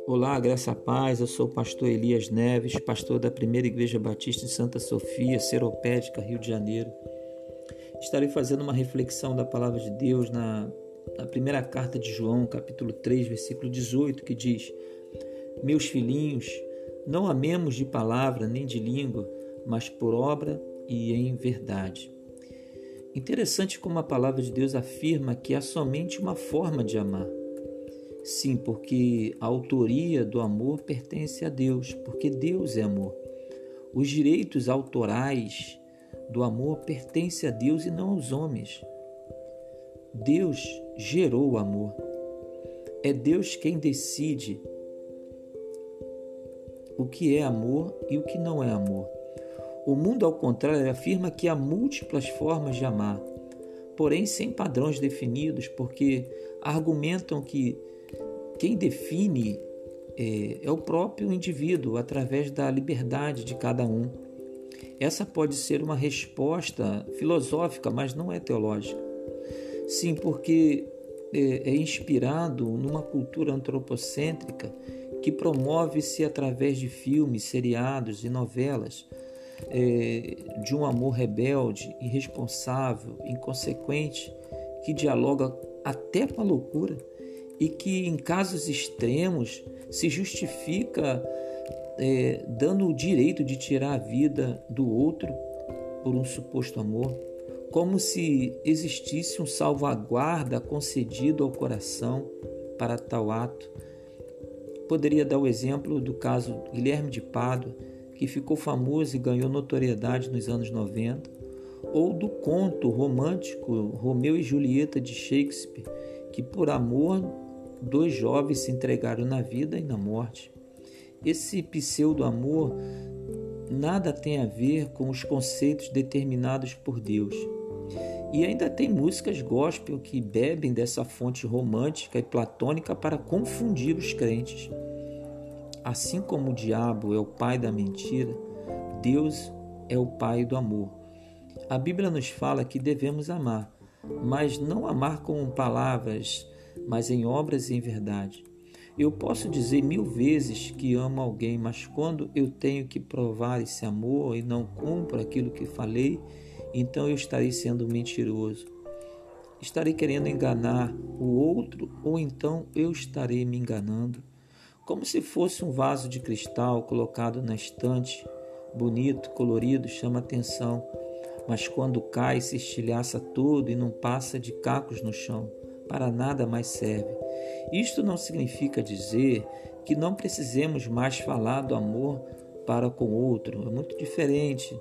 Olá, graça a paz, eu sou o pastor Elias Neves, pastor da Primeira Igreja Batista de Santa Sofia, Seropédica, Rio de Janeiro. Estarei fazendo uma reflexão da Palavra de Deus na primeira carta de João, capítulo 3, versículo 18, que diz: Meus filhinhos, não amemos de palavra nem de língua, mas por obra e em verdade. Interessante como a Palavra de Deus afirma que há somente uma forma de amar. Sim, porque a autoria do amor pertence a Deus, porque Deus é amor. Os direitos autorais do amor pertencem a Deus e não aos homens. Deus gerou o amor. É Deus quem decide o que é amor e o que não é amor. O mundo, ao contrário, afirma que há múltiplas formas de amar, porém sem padrões definidos, porque argumentam que quem define é o próprio indivíduo, através da liberdade de cada um. Essa pode ser uma resposta filosófica, mas não é teológica. Sim, porque é inspirado numa cultura antropocêntrica que promove-se através de filmes, seriados e novelas, de um amor rebelde, irresponsável, inconsequente, que dialoga até com a loucura e que, em casos extremos, se justifica dando o direito de tirar a vida do outro por um suposto amor, como se existisse um salvaguarda concedido ao coração para tal ato. Poderia dar o exemplo do caso Guilherme de Pádua, que ficou famoso e ganhou notoriedade nos anos 90, ou do conto romântico Romeu e Julieta de Shakespeare, que por amor dois jovens se entregaram na vida e na morte. Esse pseudo-amor nada tem a ver com os conceitos determinados por Deus. E ainda tem músicas gospel que bebem dessa fonte romântica e platônica para confundir os crentes. Assim como o diabo é o pai da mentira, Deus é o pai do amor. A Bíblia nos fala que devemos amar, mas não amar com palavras, mas em obras e em verdade. Eu posso dizer 1000 vezes que amo alguém, mas quando eu tenho que provar esse amor e não cumpro aquilo que falei, então eu estarei sendo mentiroso. Estarei querendo enganar o outro, ou então eu estarei me enganando. Como se fosse um vaso de cristal colocado na estante, bonito, colorido, chama atenção, mas quando cai se estilhaça todo e não passa de cacos no chão. Para nada mais serve. Isto não significa dizer que não precisemos mais falar do amor para com o outro. É muito diferente.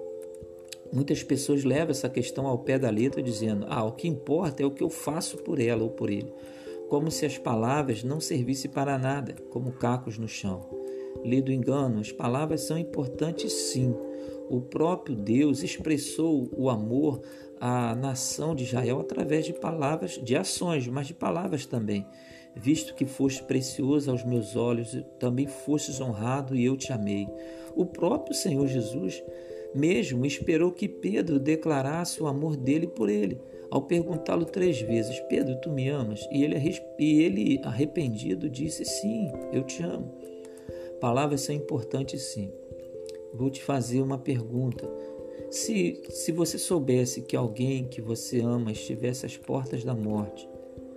Muitas pessoas levam essa questão ao pé da letra dizendo: o que importa é o que eu faço por ela ou por ele. Como se as palavras não servissem para nada, como cacos no chão. Lê do engano, as palavras são importantes sim. O próprio Deus expressou o amor à nação de Israel através de palavras, de ações, mas de palavras também. Visto que foste precioso aos meus olhos, também fostes honrado e eu te amei. O próprio Senhor Jesus mesmo esperou que Pedro declarasse o amor dele por ele. Ao perguntá-lo 3 vezes: Pedro, tu me amas? E ele arrependido disse: sim, eu te amo. Palavras são importantes sim. Vou te fazer uma pergunta. Se você soubesse que alguém que você ama estivesse às portas da morte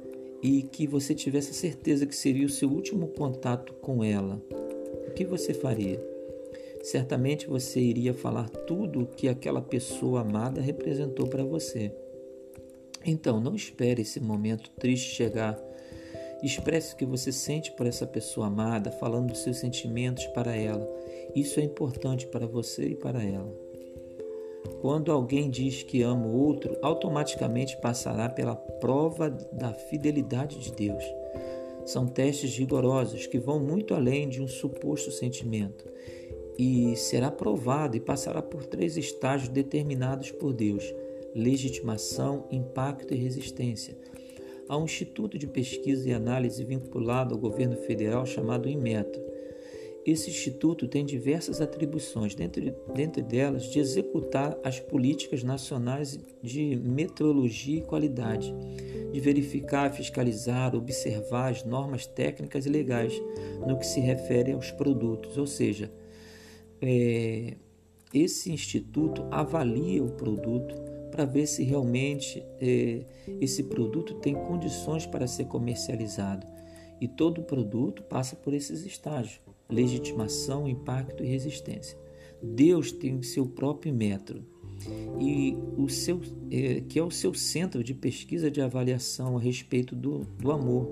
e que você tivesse a certeza que seria o seu último contato com ela, o que você faria? Certamente você iria falar tudo o que aquela pessoa amada representou para você. Então, não espere esse momento triste chegar. Expresse o que você sente por essa pessoa amada, falando dos seus sentimentos para ela. Isso é importante para você e para ela. Quando alguém diz que ama o outro, automaticamente passará pela prova da fidelidade de Deus. São testes rigorosos que vão muito além de um suposto sentimento. E será provado e passará por 3 estágios determinados por Deus: legitimação, impacto e resistência. Há um instituto de pesquisa e análise vinculado ao governo federal chamado Inmetro. Esse instituto tem diversas atribuições, dentre delas de executar as políticas nacionais de metrologia e qualidade, de verificar, fiscalizar, observar as normas técnicas e legais no que se refere aos produtos, ou seja, esse instituto avalia o produto para ver se realmente esse produto tem condições para ser comercializado. E todo produto passa por esses estágios: legitimação, impacto e resistência. Deus tem seu próprio método, e que é o seu centro de pesquisa de avaliação a respeito do amor.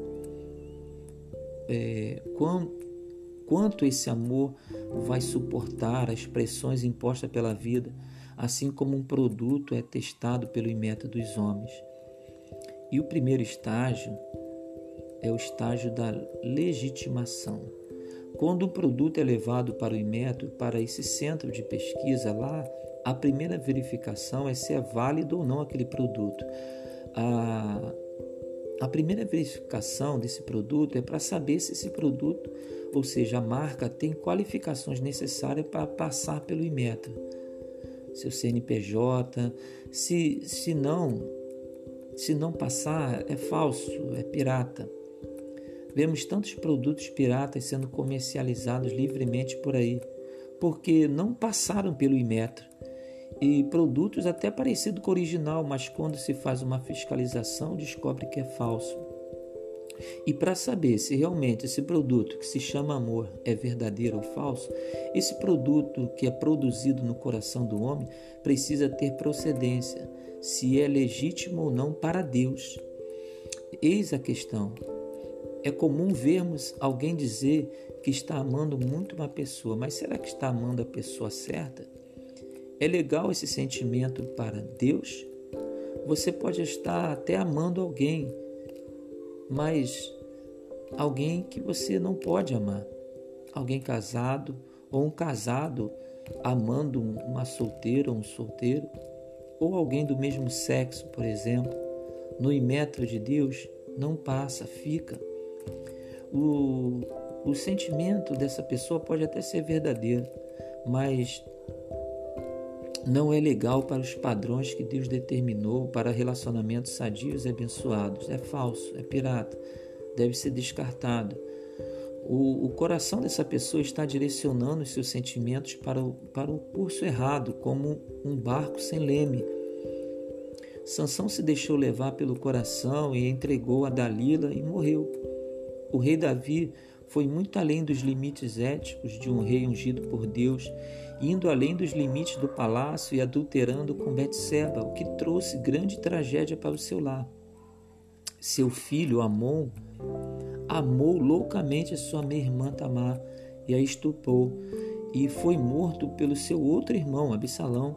Quanto esse amor vai suportar as pressões impostas pela vida, assim como um produto é testado pelo método dos homens. E o primeiro estágio é o estágio da legitimação. Quando o produto é levado para o método, para esse centro de pesquisa lá, a primeira verificação é se é válido ou não aquele produto. A primeira verificação desse produto é para saber se esse produto, ou seja, a marca, tem qualificações necessárias para passar pelo método. Seu CNPJ, se não passar, é falso, é pirata. Vemos tantos produtos piratas sendo comercializados livremente por aí, porque não passaram pelo Inmetro. E produtos até parecidos com o original, mas quando se faz uma fiscalização, descobre que é falso. E para saber se realmente esse produto que se chama amor é verdadeiro ou falso, esse produto que é produzido no coração do homem precisa ter procedência, se é legítimo ou não para Deus. Eis a questão. É comum vermos alguém dizer que está amando muito uma pessoa, mas será que está amando a pessoa certa? É legal esse sentimento para Deus? Você pode estar até amando alguém, mas alguém que você não pode amar. Alguém casado ou um casado amando uma solteira ou um solteiro, ou alguém do mesmo sexo, por exemplo. No Inmetro de Deus não passa, fica. O sentimento dessa pessoa pode até ser verdadeiro, mas não é legal para os padrões que Deus determinou para relacionamentos sadios e abençoados. É falso, é pirata, deve ser descartado. O coração dessa pessoa está direcionando os seus sentimentos para o curso errado, como um barco sem leme. Sansão se deixou levar pelo coração e entregou a Dalila e morreu. O rei Davi foi muito além dos limites éticos de um rei ungido por Deus, indo além dos limites do palácio e adulterando com Betseba, o que trouxe grande tragédia para o seu lar. Seu filho Amon amou loucamente a sua meia-irmã Tamar e a estuprou, e foi morto pelo seu outro irmão, Absalão.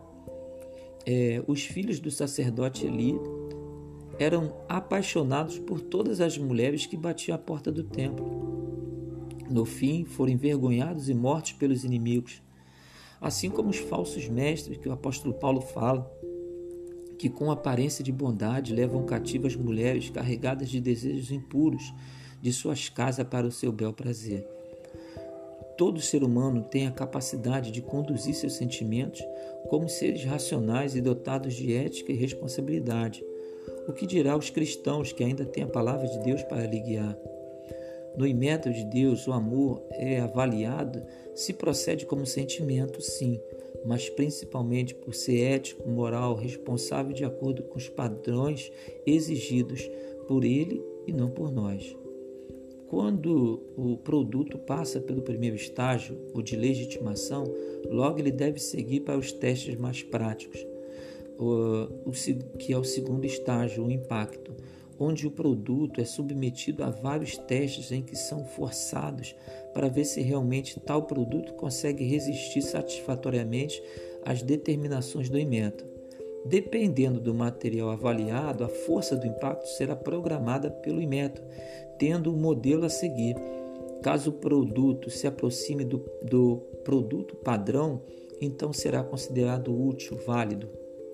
Os filhos do sacerdote Eli eram apaixonados por todas as mulheres que batiam à porta do templo. No fim, foram envergonhados e mortos pelos inimigos. Assim como os falsos mestres que o apóstolo Paulo fala, que com aparência de bondade levam cativas mulheres carregadas de desejos impuros de suas casas para o seu bel prazer. Todo ser humano tem a capacidade de conduzir seus sentimentos como seres racionais e dotados de ética e responsabilidade. O que dirá os cristãos que ainda têm a palavra de Deus para lhe guiar? No Inmetro de Deus, o amor é avaliado se procede como sentimento, sim, mas principalmente por ser ético, moral, responsável de acordo com os padrões exigidos por ele e não por nós. Quando o produto passa pelo primeiro estágio, o de legitimação, logo ele deve seguir para os testes mais práticos, que é o segundo estágio, o impacto, onde o produto é submetido a vários testes em que são forçados para ver se realmente tal produto consegue resistir satisfatoriamente às determinações do Inmetro. Dependendo do material avaliado, a força do impacto será programada pelo Inmetro, tendo um modelo a seguir. Caso o produto se aproxime do produto padrão, então será considerado útil, válido.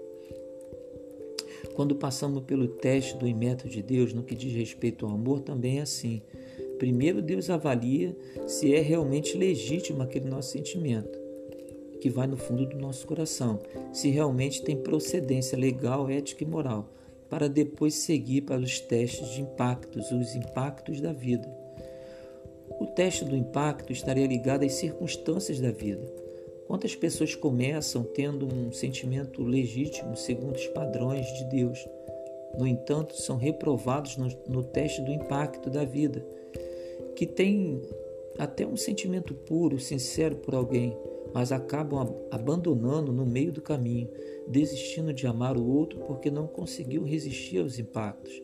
Quando passamos pelo teste do Inmetro de Deus, no que diz respeito ao amor, também é assim. Primeiro Deus avalia se é realmente legítimo aquele nosso sentimento, que vai no fundo do nosso coração, se realmente tem procedência legal, ética e moral. para depois seguir para os testes de impactos, os impactos da vida. O teste do impacto estaria ligado às circunstâncias da vida. Quantas pessoas começam tendo um sentimento legítimo segundo os padrões de Deus, no entanto, são reprovados no teste do impacto da vida, que tem até um sentimento puro, sincero por alguém, mas acabam abandonando no meio do caminho, desistindo de amar o outro porque não conseguiu resistir aos impactos.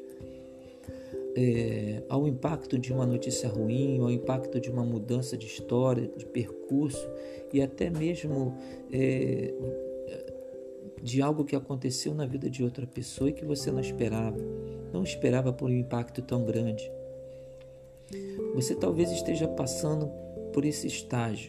Ao impacto de uma notícia ruim, ao impacto de uma mudança de história, de percurso e até mesmo de algo que aconteceu na vida de outra pessoa e que você não esperava por um impacto tão grande. Você talvez esteja passando por esse estágio,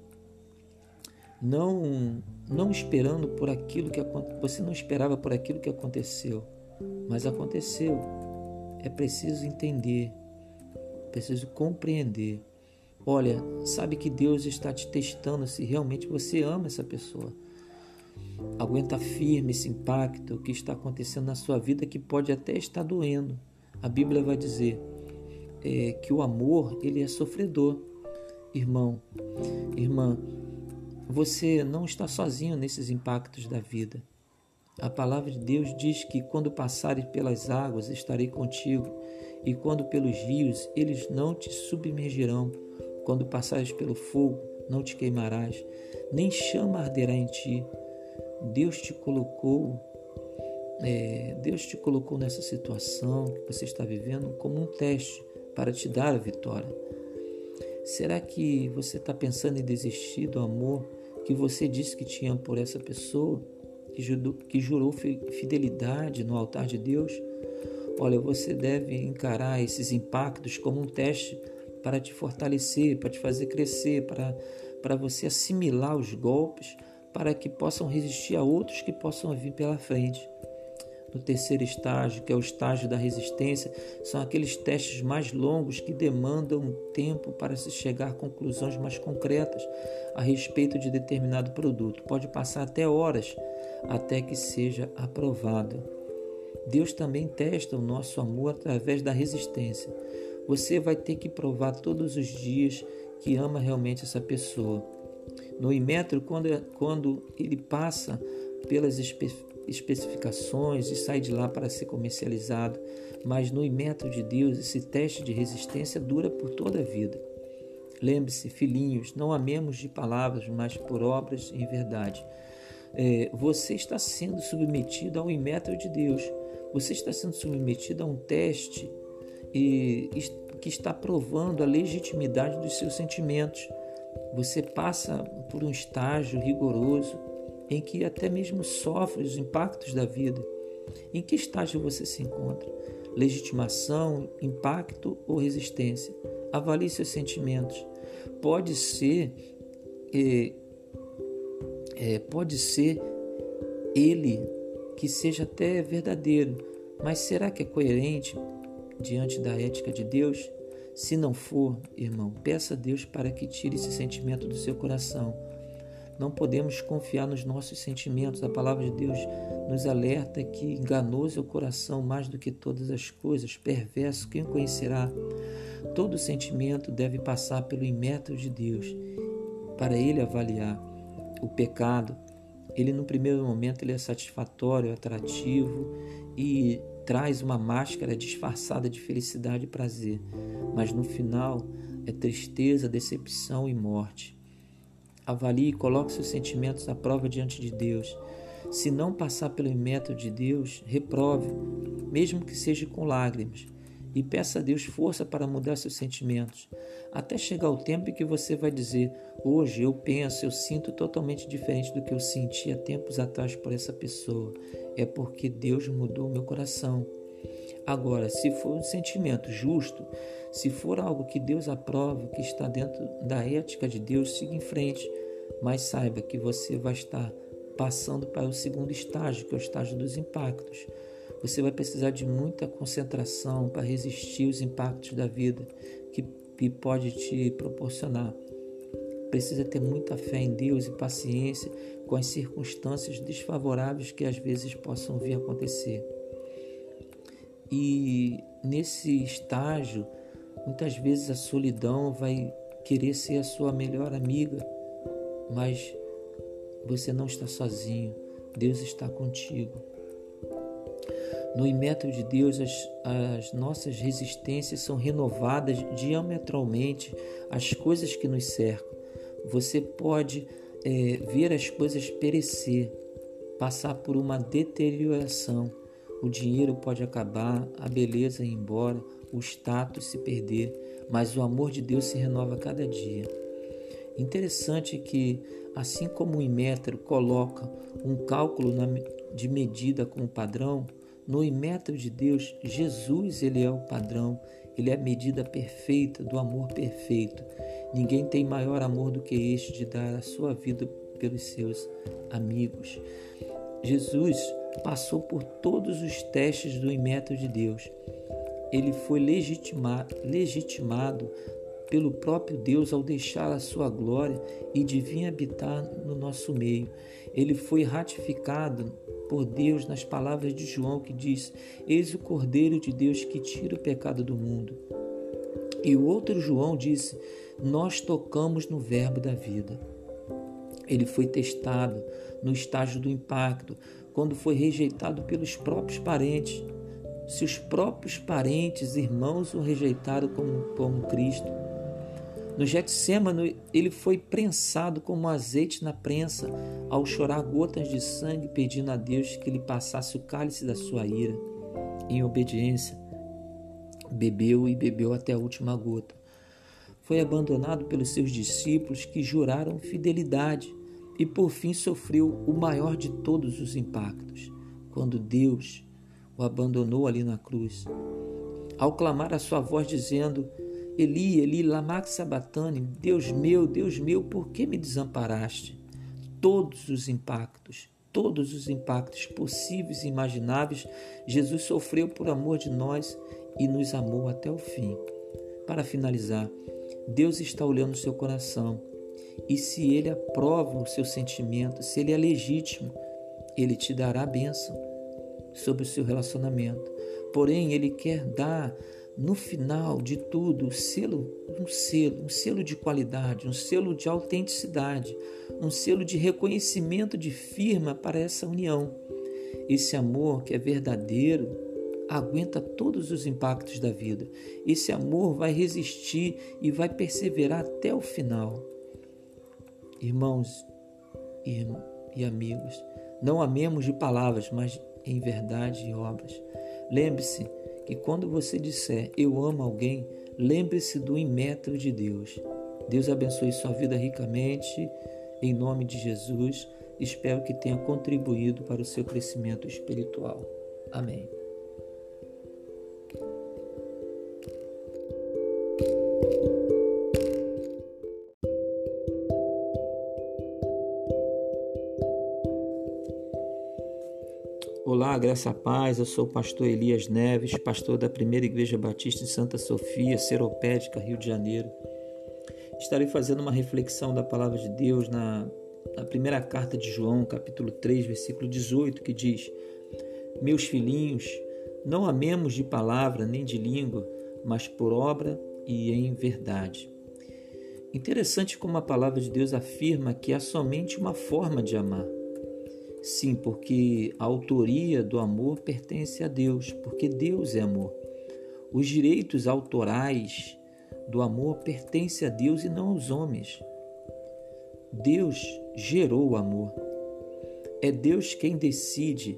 não esperando por aquilo que você não esperava por aquilo que aconteceu, mas aconteceu. É preciso entender, preciso compreender. Olha, sabe que Deus está te testando se realmente você ama essa pessoa. Aguenta firme esse impacto que está acontecendo na sua vida, que pode até estar doendo. A Bíblia vai dizer que o amor, ele é sofredor. Irmão, irmã, você não está sozinho nesses impactos da vida. A palavra de Deus diz que quando passares pelas águas, estarei contigo, e quando pelos rios, eles não te submergirão. Quando passares pelo fogo, não te queimarás, nem chama arderá em ti. Deus te colocou nessa situação que você está vivendo como um teste para te dar a vitória. Será que você está pensando em desistir do amor que você disse que tinha por essa pessoa, que jurou fidelidade no altar de Deus? Olha, você deve encarar esses impactos como um teste para te fortalecer, para te fazer crescer, para você assimilar os golpes, para que possam resistir a outros que possam vir pela frente. No terceiro estágio, que é o estágio da resistência, são aqueles testes mais longos que demandam tempo para se chegar a conclusões mais concretas a respeito de determinado produto. Pode passar até horas até que seja aprovado. Deus também testa o nosso amor através da resistência. Você vai ter que provar todos os dias que ama realmente essa pessoa. No Inmetro, quando ele passa pelas especificações e sai de lá para ser comercializado, mas no Inmetro de Deus, esse teste de resistência dura por toda a vida. Lembre-se, filhinhos, não amemos de palavras, mas por obras em verdade. Você está sendo submetido ao Inmetro de Deus. Você está sendo submetido a um teste que está provando a legitimidade dos seus sentimentos. Você passa por um estágio rigoroso em que até mesmo sofre os impactos da vida. Em que estágio você se encontra? Legitimação, impacto ou resistência? Avalie seus sentimentos. Pode ser ele que seja até verdadeiro, mas será que é coerente diante da ética de Deus? Se não for, irmão, peça a Deus para que tire esse sentimento do seu coração. Não podemos confiar nos nossos sentimentos. A palavra de Deus nos alerta que enganoso é o coração mais do que todas as coisas, perverso, quem o conhecerá? Todo sentimento deve passar pelo Inmetro de Deus, para ele avaliar. O pecado, ele no primeiro momento ele é satisfatório, atrativo e traz uma máscara disfarçada de felicidade e prazer, mas no final é tristeza, decepção e morte. Avalie e coloque seus sentimentos à prova diante de Deus. Se não passar pelo método de Deus, reprove, mesmo que seja com lágrimas, e peça a Deus força para mudar seus sentimentos, até chegar o tempo em que você vai dizer: hoje eu penso, eu sinto totalmente diferente do que eu sentia tempos atrás por essa pessoa. É porque Deus mudou meu coração. Agora, se for um sentimento justo, se for algo que Deus aprova, que está dentro da ética de Deus, siga em frente, mas saiba que você vai estar passando para o segundo estágio, que é o estágio dos impactos. Você vai precisar de muita concentração para resistir aos impactos da vida que pode te proporcionar. Precisa ter muita fé em Deus e paciência com as circunstâncias desfavoráveis que às vezes possam vir a acontecer. E nesse estágio, muitas vezes a solidão vai querer ser a sua melhor amiga, mas você não está sozinho, Deus está contigo. No método de Deus, as nossas resistências são renovadas diametralmente às coisas que nos cercam. Você pode ver as coisas perecer, passar por uma deterioração. O dinheiro pode acabar, a beleza ir embora, o status se perder, mas o amor de Deus se renova a cada dia. Interessante que, assim como o Inmetro coloca um cálculo de medida como padrão, no Inmetro de Deus, Jesus ele é o padrão, ele é a medida perfeita do amor perfeito. Ninguém tem maior amor do que este de dar a sua vida pelos seus amigos. Jesus passou por todos os testes do Inmetro de Deus. Ele foi legitimado pelo próprio Deus ao deixar a sua glória e de vir habitar no nosso meio. Ele foi ratificado por Deus nas palavras de João, que diz: eis o Cordeiro de Deus que tira o pecado do mundo. E o outro João disse: nós tocamos no verbo da vida. Ele foi testado no estágio do impacto, quando foi rejeitado pelos próprios parentes. Se os próprios parentes, irmãos, o rejeitaram como Cristo. No Getsêmani, ele foi prensado como azeite na prensa, ao chorar gotas de sangue, pedindo a Deus que lhe passasse o cálice da sua ira. Em obediência, bebeu até a última gota. Foi abandonado pelos seus discípulos, que juraram fidelidade, e por fim sofreu o maior de todos os impactos, quando Deus o abandonou ali na cruz. Ao clamar a sua voz dizendo: Eli, Eli, lama sabachthani, Deus meu, por que me desamparaste? Todos os impactos possíveis e imagináveis, Jesus sofreu por amor de nós e nos amou até o fim. Para finalizar, Deus está olhando o seu coração, e se Ele aprova o seu sentimento, se Ele é legítimo, Ele te dará a bênção sobre o seu relacionamento. Porém, Ele quer dar no final de tudo, um selo de qualidade, um selo de autenticidade, um selo de reconhecimento de firma para essa união. Esse amor que é verdadeiro aguenta todos os impactos da vida. Esse amor vai resistir e vai perseverar até o final. Irmãos e amigos, não amemos de palavras, mas em verdade e obras. Lembre-se que quando você disser eu amo alguém, lembre-se do Inmetro de Deus. Deus abençoe sua vida ricamente, em nome de Jesus. Espero que tenha contribuído para o seu crescimento espiritual. Amém. Olá, graça a paz, eu sou o pastor Elias Neves, pastor da Primeira Igreja Batista de Santa Sofia, Seropédica, Rio de Janeiro. Estarei fazendo uma reflexão da Palavra de Deus na primeira carta de João, capítulo 3, versículo 18, que diz: meus filhinhos, não amemos de palavra nem de língua, mas por obra e em verdade. Interessante como a Palavra de Deus afirma que há somente uma forma de amar. Sim, porque a autoria do amor pertence a Deus, porque Deus é amor. Os direitos autorais do amor pertencem a Deus e não aos homens. Deus gerou o amor. É Deus quem decide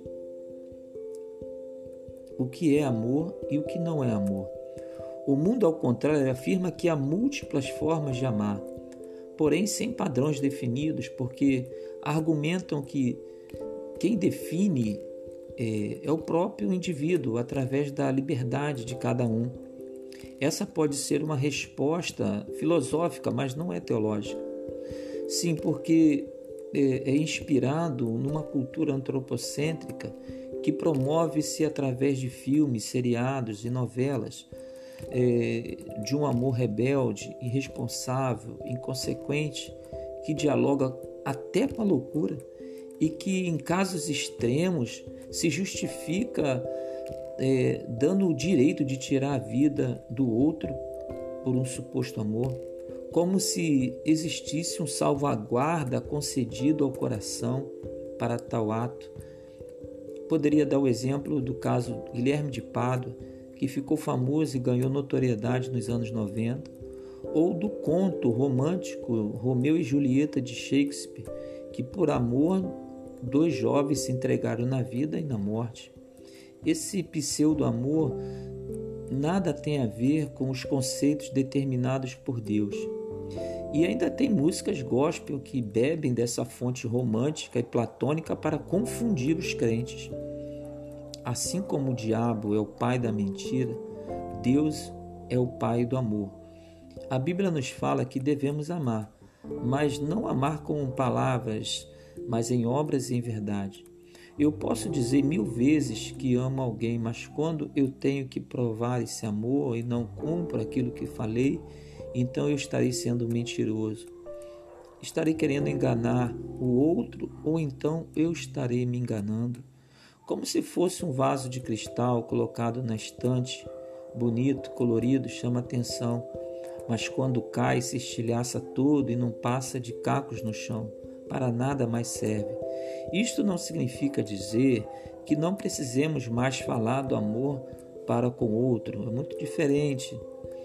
o que é amor e o que não é amor. O mundo, ao contrário, afirma que há múltiplas formas de amar, porém sem padrões definidos, porque argumentam que quem define é o próprio indivíduo, através da liberdade de cada um. Essa pode ser uma resposta filosófica, mas não é teológica. Sim, porque é inspirado numa cultura antropocêntrica que promove-se através de filmes, seriados e novelas, de um amor rebelde, irresponsável, inconsequente, que dialoga até com a loucura, e que em casos extremos se justifica dando o direito de tirar a vida do outro por um suposto amor, como se existisse um salvaguarda concedido ao coração para tal ato. Poderia dar o exemplo do caso Guilherme de Pádua, que ficou famoso e ganhou notoriedade nos anos 90, ou do conto romântico Romeu e Julieta de Shakespeare, que por amor dois jovens se entregaram na vida e na morte. Esse pseudo-amor nada tem a ver com os conceitos determinados por Deus. E ainda tem músicas gospel que bebem dessa fonte romântica e platônica para confundir os crentes. Assim como o diabo é o pai da mentira, Deus é o pai do amor. A Bíblia nos fala que devemos amar, mas não amar com palavras, mas em obras e em verdade. Eu posso dizer 1000 vezes que amo alguém, mas quando eu tenho que provar esse amor e não cumpro aquilo que falei, então eu estarei sendo mentiroso. Estarei querendo enganar o outro, ou então eu estarei me enganando. Como se fosse um vaso de cristal colocado na estante, bonito, colorido, chama atenção, mas quando cai se estilhaça todo e não passa de cacos no chão, para nada mais serve. Isto não significa dizer que não precisemos mais falar do amor para com o outro, é muito diferente.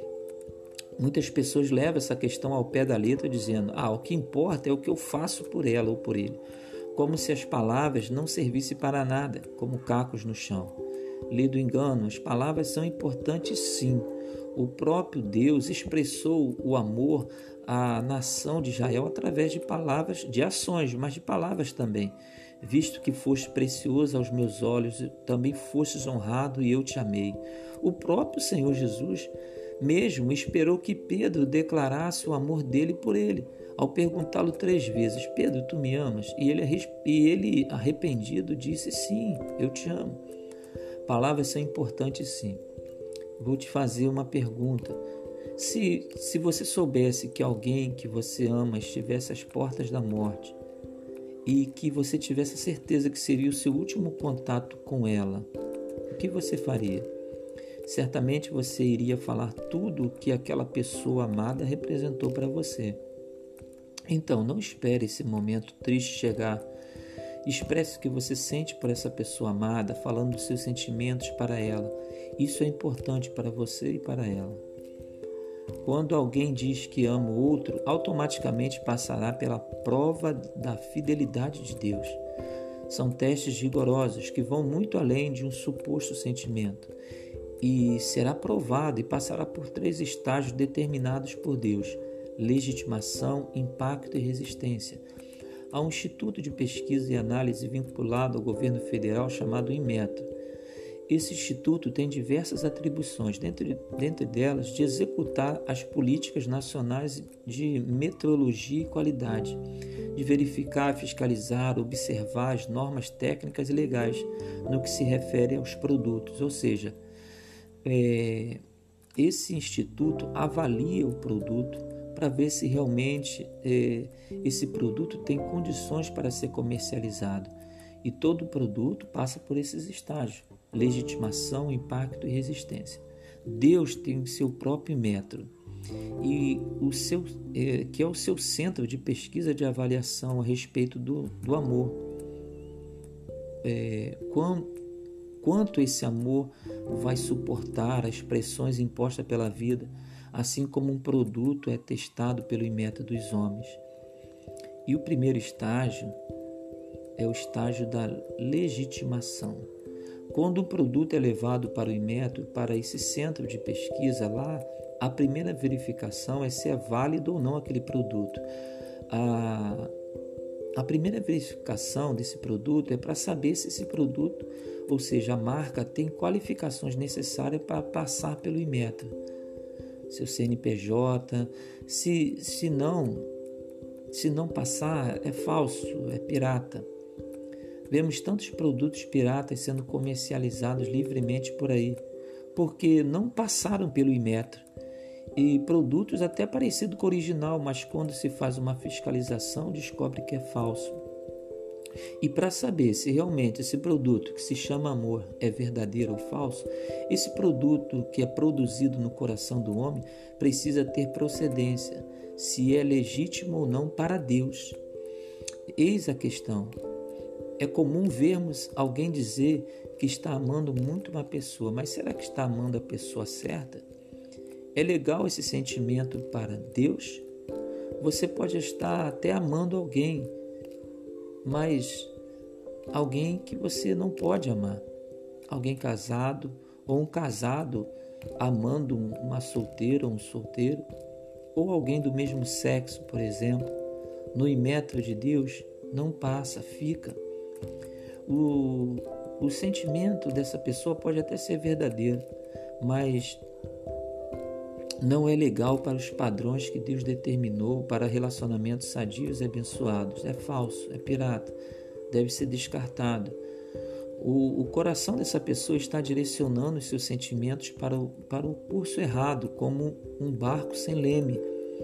Muitas pessoas levam essa questão ao pé da letra dizendo, o que importa é o que eu faço por ela ou por ele, como se as palavras não servissem para nada, como cacos no chão. Lê do engano, as palavras são importantes sim. O próprio Deus expressou o amor à nação de Israel através de palavras, de ações, mas de palavras também. Visto que foste precioso aos meus olhos, também fostes honrado e eu te amei. O próprio Senhor Jesus mesmo esperou que Pedro declarasse o amor dele por ele, ao perguntá-lo 3 vezes, Pedro, tu me amas? E ele arrependido disse, sim, eu te amo. Palavras são importantes sim. Vou te fazer uma pergunta. Se você soubesse que alguém que você ama estivesse às portas da morte e que você tivesse certeza que seria o seu último contato com ela, o que você faria? Certamente você iria falar tudo o que aquela pessoa amada representou para você. Então, não espere esse momento triste chegar. Expresse o que você sente por essa pessoa amada, falando dos seus sentimentos para ela. Isso é importante para você e para ela. Quando alguém diz que ama o outro, automaticamente passará pela prova da fidelidade de Deus. São testes rigorosos que vão muito além de um suposto sentimento. E será provado e passará por 3 estágios determinados por Deus: legitimação, impacto e resistência. Há um instituto de pesquisa e análise vinculado ao governo federal chamado Inmetro. Esse instituto tem diversas atribuições, dentre delas de executar as políticas nacionais de metrologia e qualidade, de verificar, fiscalizar, observar as normas técnicas e legais no que se refere aos produtos, ou seja, esse instituto avalia o produto para ver se realmente esse produto tem condições para ser comercializado. E todo produto passa por esses estágios: legitimação, impacto e resistência. Deus tem seu próprio método, e que é o seu centro de pesquisa de avaliação a respeito do amor. Quanto esse amor vai suportar as pressões impostas pela vida, assim como um produto é testado pelo método dos homens. E o primeiro estágio é o estágio da legitimação. Quando o produto é levado para o Inmetro, para esse centro de pesquisa lá, a primeira verificação é se é válido ou não aquele produto. A primeira verificação desse produto é para saber se esse produto, ou seja, a marca, tem qualificações necessárias para passar pelo Inmetro. Seu CNPJ, se não passar, é falso, é pirata. Vemos tantos produtos piratas sendo comercializados livremente por aí, porque não passaram pelo Inmetro. E produtos até parecidos com o original, mas quando se faz uma fiscalização, descobre que é falso. E para saber se realmente esse produto que se chama amor é verdadeiro ou falso, esse produto que é produzido no coração do homem precisa ter procedência, se é legítimo ou não para Deus. Eis a questão. É comum vermos alguém dizer que está amando muito uma pessoa, mas será que está amando a pessoa certa? É legal esse sentimento para Deus? Você pode estar até amando alguém, mas alguém que você não pode amar. Alguém casado ou um casado amando uma solteira ou um solteiro, ou alguém do mesmo sexo, por exemplo. No imetro de Deus não passa, fica. O sentimento dessa pessoa pode até ser verdadeiro, mas não é legal para os padrões que Deus determinou para relacionamentos sadios e abençoados. É falso, é pirata, deve ser descartado. O coração dessa pessoa está direcionando os seus sentimentos para o curso errado, como um barco sem leme.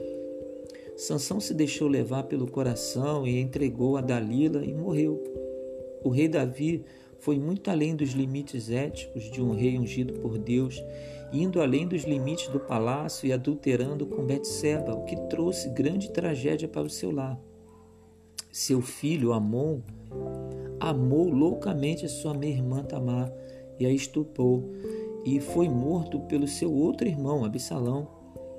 Sansão se deixou levar pelo coração e entregou a Dalila e morreu. O rei Davi foi muito além dos limites éticos de um rei ungido por Deus, indo além dos limites do palácio e adulterando com Betseba, o que trouxe grande tragédia para o seu lar. Seu filho Amon amou loucamente a sua meia-irmã Tamar e a estuprou, e foi morto pelo seu outro irmão, Absalão.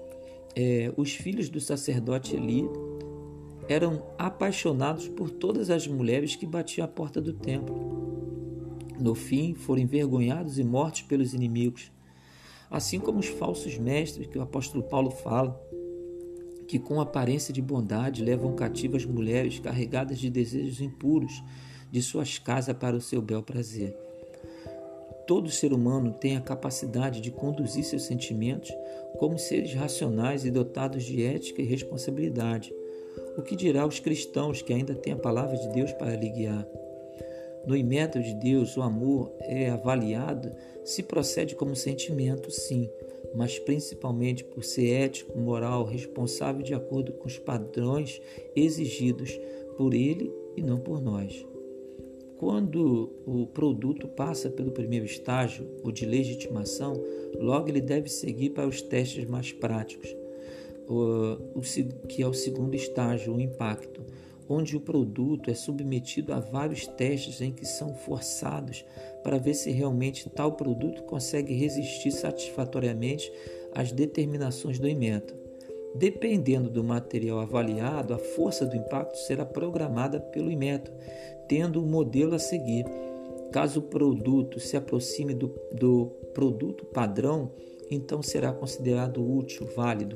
Os filhos do sacerdote Eli eram apaixonados por todas as mulheres que batiam à porta do templo. No fim, foram envergonhados e mortos pelos inimigos. Assim como os falsos mestres que o apóstolo Paulo fala, que com aparência de bondade levam cativas mulheres carregadas de desejos impuros de suas casas para o seu bel prazer. Todo ser humano tem a capacidade de conduzir seus sentimentos como seres racionais e dotados de ética e responsabilidade. O que dirá os cristãos que ainda têm a palavra de Deus para lhe guiar? No imetro de Deus, o amor é avaliado se procede como sentimento, sim, mas principalmente por ser ético, moral, responsável de acordo com os padrões exigidos por ele e não por nós. Quando o produto passa pelo primeiro estágio, o de legitimação, logo ele deve seguir para os testes mais práticos, que é o segundo estágio, o impacto, onde o produto é submetido a vários testes em que são forçados para ver se realmente tal produto consegue resistir satisfatoriamente às determinações do imetro. Dependendo do material avaliado, a força do impacto será programada pelo imetro, tendo um modelo a seguir. Caso o produto se aproxime do produto padrão, então será considerado útil, válido.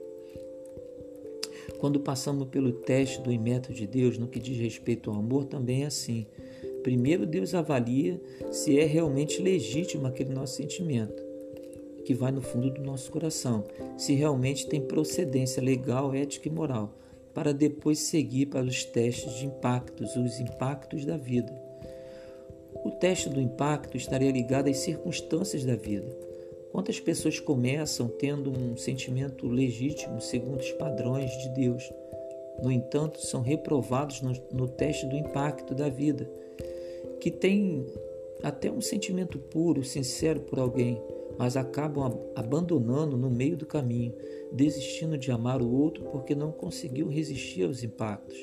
Quando passamos pelo teste do imetro de Deus no que diz respeito ao amor, também é assim. Primeiro Deus avalia se é realmente legítimo aquele nosso sentimento, que vai no fundo do nosso coração, se realmente tem procedência legal, ética e moral, para depois seguir para os testes de impactos, os impactos da vida. O teste do impacto estaria ligado às circunstâncias da vida. Quantas pessoas começam tendo um sentimento legítimo segundo os padrões de Deus, no entanto, são reprovados no teste do impacto da vida, que tem até um sentimento puro, sincero por alguém, mas acabam abandonando no meio do caminho, desistindo de amar o outro porque não conseguiu resistir aos impactos.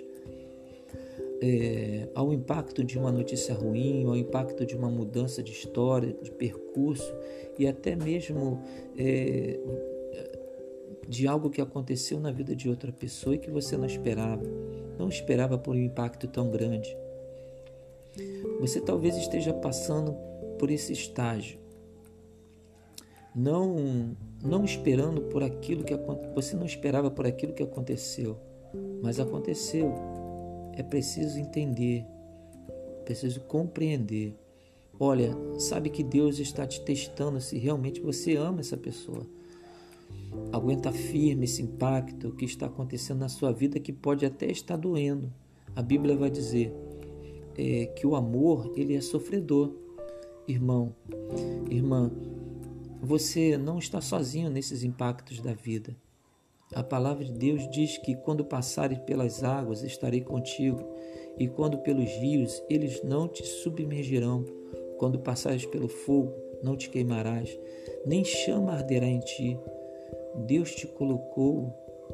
Ao impacto de uma notícia ruim, ao impacto de uma mudança de história, de percurso e até mesmo de algo que aconteceu na vida de outra pessoa e que você não esperava por um impacto tão grande. Você talvez esteja passando por esse estágio, não esperando por aquilo que você não esperava por aquilo que aconteceu, mas aconteceu. É preciso entender, preciso compreender. Olha, sabe que Deus está te testando se realmente você ama essa pessoa. Aguenta firme esse impacto que está acontecendo na sua vida, que pode até estar doendo. A Bíblia vai dizer que o amor, ele é sofredor. Irmão, irmã, você não está sozinho nesses impactos da vida. A palavra de Deus diz que quando passares pelas águas estarei contigo, E quando pelos rios, eles não te submergirão. Quando passares pelo fogo, não te queimarás, nem chama arderá em ti. Deus te colocou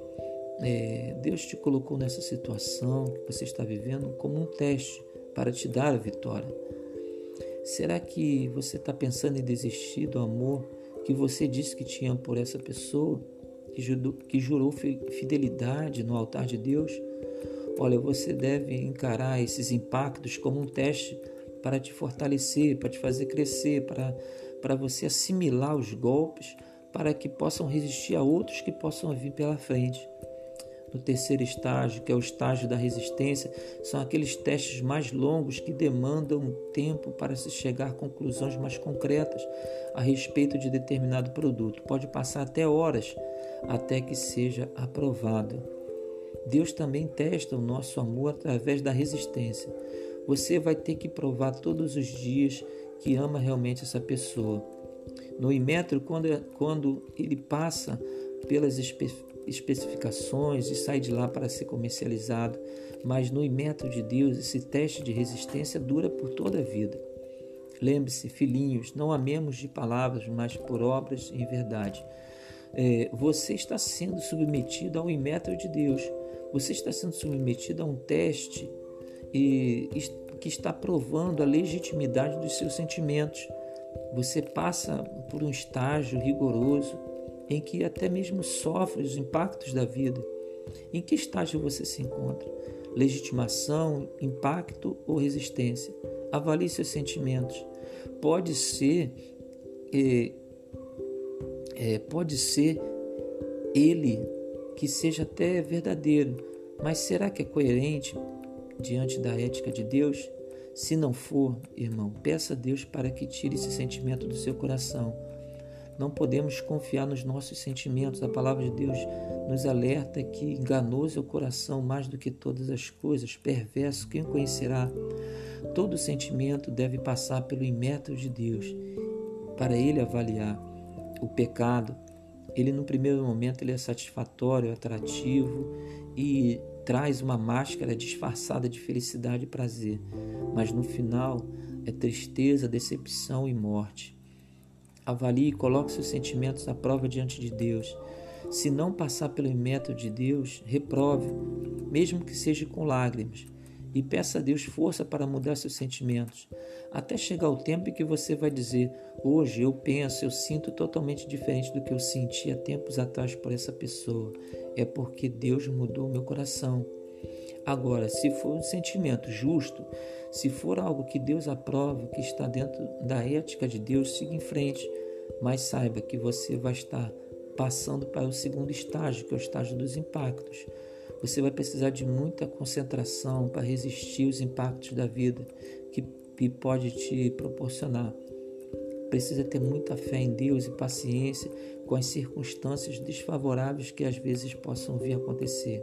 nessa situação que você está vivendo como um teste para te dar a vitória. Será que você está pensando em desistir do amor que você disse que tinha por essa pessoa, que jurou fidelidade no altar de Deus? Olha, você deve encarar esses impactos como um teste para te fortalecer, para te fazer crescer, para você assimilar os golpes, para que possam resistir a outros que possam vir pela frente. No terceiro estágio, que é o estágio da resistência, são aqueles testes mais longos que demandam tempo para se chegar a conclusões mais concretas a respeito de determinado produto. Pode passar até horas até que seja aprovado. Deus também testa o nosso amor através da resistência. Você vai ter que provar todos os dias que ama realmente essa pessoa. No Imetro, quando ele passa pelas especificações e sai de lá para ser comercializado, mas no Imetro de Deus, esse teste de resistência dura por toda a vida. Lembre-se, filhinhos, não amemos de palavras, mas por obras em verdade. Você está sendo submetido ao Imetro de Deus. Você está sendo submetido a um teste que está provando a legitimidade dos seus sentimentos. Você passa por um estágio rigoroso em que até mesmo sofre os impactos da vida. Em que estágio você se encontra? Legitimação, impacto ou resistência? Avalie seus sentimentos. Pode ser ele que seja até verdadeiro, mas será que é coerente diante da ética de Deus? Se não for, irmão, peça a Deus para que tire esse sentimento do seu coração. Não podemos confiar nos nossos sentimentos. A palavra de Deus nos alerta que enganoso é o coração mais do que todas as coisas, perverso, quem o conhecerá? Todo sentimento deve passar pelo Imetro de Deus para ele avaliar. O pecado, ele no primeiro momento ele é satisfatório, atrativo e traz uma máscara disfarçada de felicidade e prazer, mas no final é tristeza, decepção e morte. Avalie e coloque seus sentimentos à prova diante de Deus. Se não passar pelo método de Deus, reprove, mesmo que seja com lágrimas, e peça a Deus força para mudar seus sentimentos, até chegar o tempo em que você vai dizer: hoje eu sinto totalmente diferente do que eu sentia tempos atrás por essa pessoa. É porque Deus mudou meu coração. Agora, se for um sentimento justo, se for algo que Deus aprova, que está dentro da ética de Deus, siga em frente, mas saiba que você vai estar passando para o segundo estágio, que é o estágio dos impactos. Você vai precisar de muita concentração para resistir aos impactos da vida que pode te proporcionar. Precisa ter muita fé em Deus e paciência com as circunstâncias desfavoráveis que às vezes possam vir a acontecer.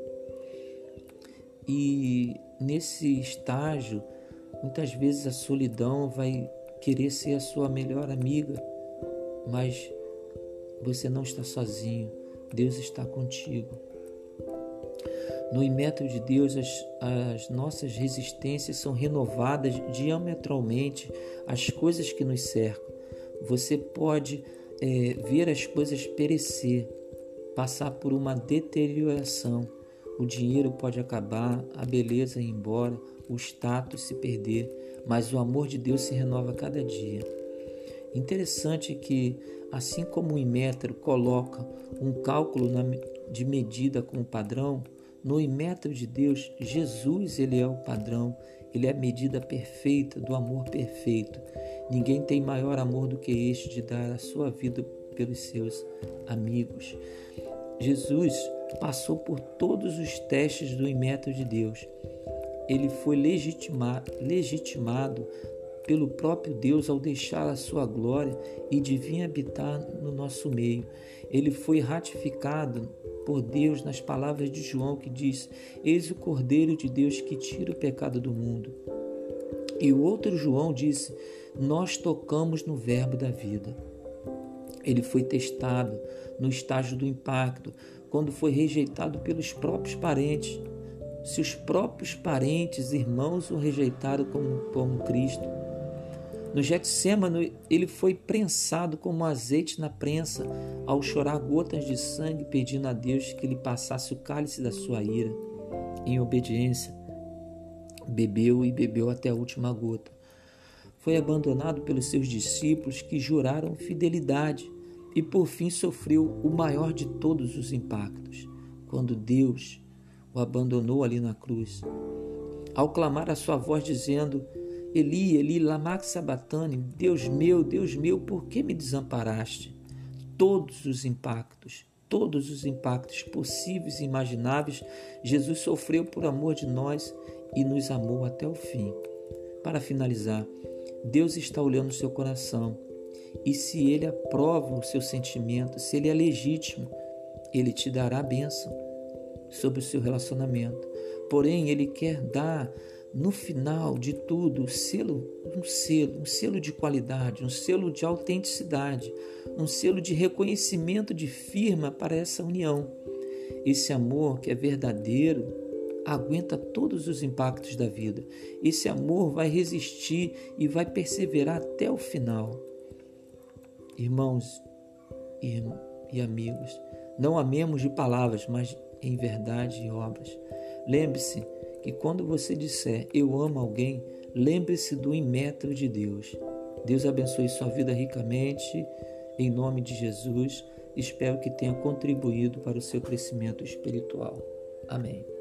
E nesse estágio, muitas vezes a solidão vai querer ser a sua melhor amiga, mas você não está sozinho, Deus está contigo. No método de Deus, as nossas resistências são renovadas diametralmente às coisas que nos cercam. Você pode ver as coisas perecer, passar por uma deterioração. O dinheiro pode acabar, a beleza ir embora, o status se perder, mas o amor de Deus se renova a cada dia. Interessante que, assim como o Imetro coloca um cálculo de medida como padrão, no Imetro de Deus, Jesus ele é o padrão, ele é a medida perfeita do amor perfeito. Ninguém tem maior amor do que este de dar a sua vida pelos seus amigos. Jesus passou por todos os testes do Imetro de Deus. Ele foi legitimado pelo próprio Deus ao deixar a sua glória e de vir habitar no nosso meio. Ele foi ratificado por Deus nas palavras de João, que diz: eis o Cordeiro de Deus que tira o pecado do mundo. E o outro João disse: nós tocamos no verbo da vida. Ele foi testado no estágio do impacto, quando foi rejeitado pelos próprios parentes. Seus próprios parentes, irmãos o rejeitaram como Cristo. No Getsêmano, ele foi prensado como azeite na prensa, ao chorar gotas de sangue, pedindo a Deus que lhe passasse o cálice da sua ira. Em obediência, bebeu e bebeu até a última gota. Foi abandonado pelos seus discípulos, que juraram fidelidade, e por fim sofreu o maior de todos os impactos, quando Deus o abandonou ali na cruz. Ao clamar a sua voz dizendo: Eli, Eli, lama sabachthani, Deus meu, por que me desamparaste? Todos os impactos possíveis e imagináveis, Jesus sofreu por amor de nós e nos amou até o fim. Para finalizar, Deus está olhando o seu coração, e se Ele aprova o seu sentimento, se Ele é legítimo, Ele te dará a bênção sobre o seu relacionamento. Porém, Ele quer dar, no final de tudo, um selo de qualidade, um selo de autenticidade, um selo de reconhecimento de firma para essa união. Esse amor que é verdadeiro aguenta todos os impactos da vida. Esse amor vai resistir e vai perseverar até o final. Irmãos e amigos, não amemos de palavras, mas em verdade e obras. Lembre-se que quando você disser eu amo alguém, lembre-se do imetro de Deus. Deus abençoe sua vida ricamente, em nome de Jesus. Espero que tenha contribuído para o seu crescimento espiritual. Amém.